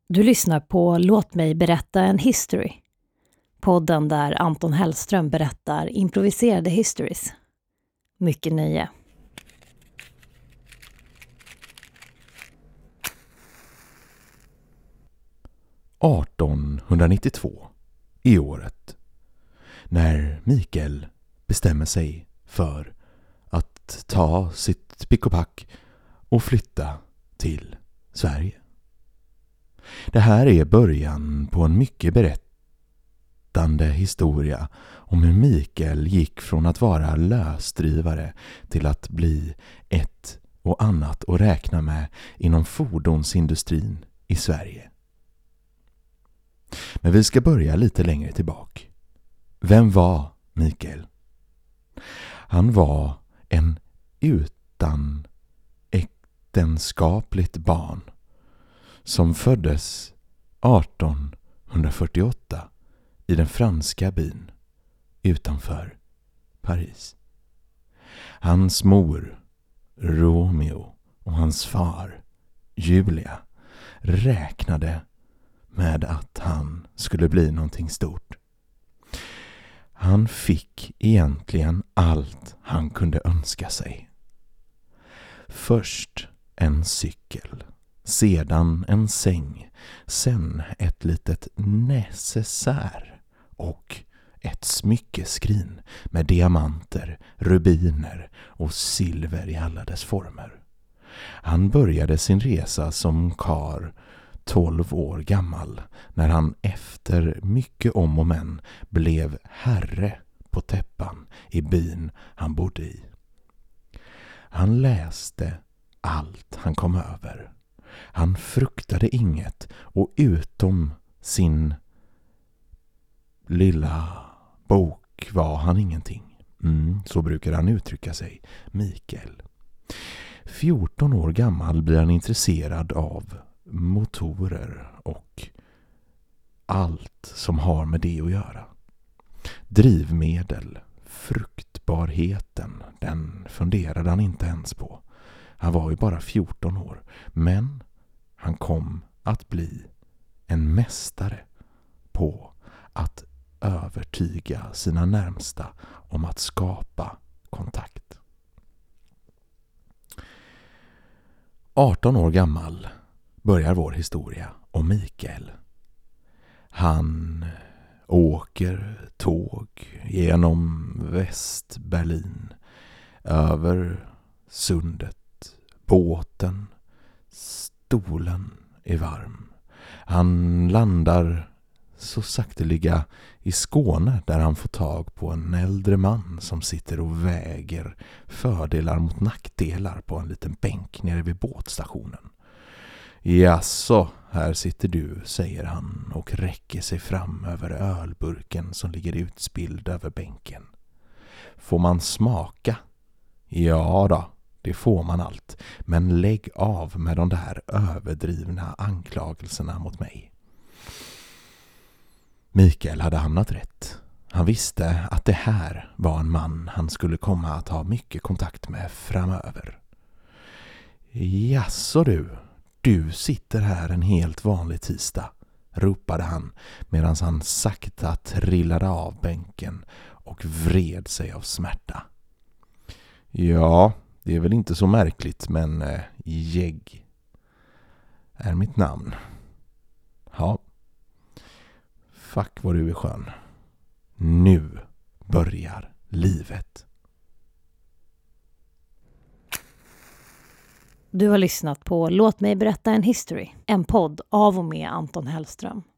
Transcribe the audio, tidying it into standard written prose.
Du lyssnar på Låt mig berätta en history. Podden där Anton Hellström berättar improviserade histories. Mycket nöje. –1892 i året när Mikael bestämmer sig för att ta sitt pick och pack och flytta till Sverige. Det här är början på en mycket berättande historia om hur Mikael gick från att vara lösdrivare till att bli ett och annat att räkna med inom fordonsindustrin i Sverige. Men vi ska börja lite längre tillbaka. Vem var Mikael? Han var en utan äktenskapligt barn som föddes 1848 i den franska byn utanför Paris. Hans mor, Romeo, och hans far, Julia, räknade med att han skulle bli någonting stort. Han fick egentligen allt han kunde önska sig. Först en cykel, sedan en säng, sen ett litet necessär och ett smyckeskrin med diamanter, rubiner och silver i alla dess former. Han började sin resa som karl 12 år gammal när han efter mycket om och men blev herre på täppan i byn han bodde i. Han läste allt han kom över. Han fruktade inget och utom sin lilla bok var han ingenting. Så brukar han uttrycka sig, Mikael. 14 år gammal blir han intresserad av motorer och allt som har med det att göra. Drivmedel, fruktbarheten, den funderade han inte ens på. Han var ju bara 14 år, men han kom att bli en mästare på att övertyga sina närmsta om att skapa kontakt. 18 år gammal börjar vår historia om Mikael. Han åker tåg genom Västberlin, över sundet, båten, stolen är varm. Han landar så sakteliga i Skåne där han får tag på en äldre man som sitter och väger fördelar mot nackdelar på en liten bänk nere vid båtstationen. Jaså, här sitter du, säger han och räcker sig fram över ölburken som ligger utspilld över bänken. Får man smaka? Ja då, det får man allt. Men lägg av med de där överdrivna anklagelserna mot mig. Mikael hade hamnat rätt. Han visste att det här var en man han skulle komma att ha mycket kontakt med framöver. Jaså du sitter här en helt vanlig tisdag, ropade han medan han sakta trillade av bänken och vred sig av smärta. Ja, det är väl inte så märkligt, men Jägg är mitt namn. Ja, fuck vad du är skön. Nu börjar livet. Du har lyssnat på Låt mig berätta en history. En podd av och med Anton Hellström.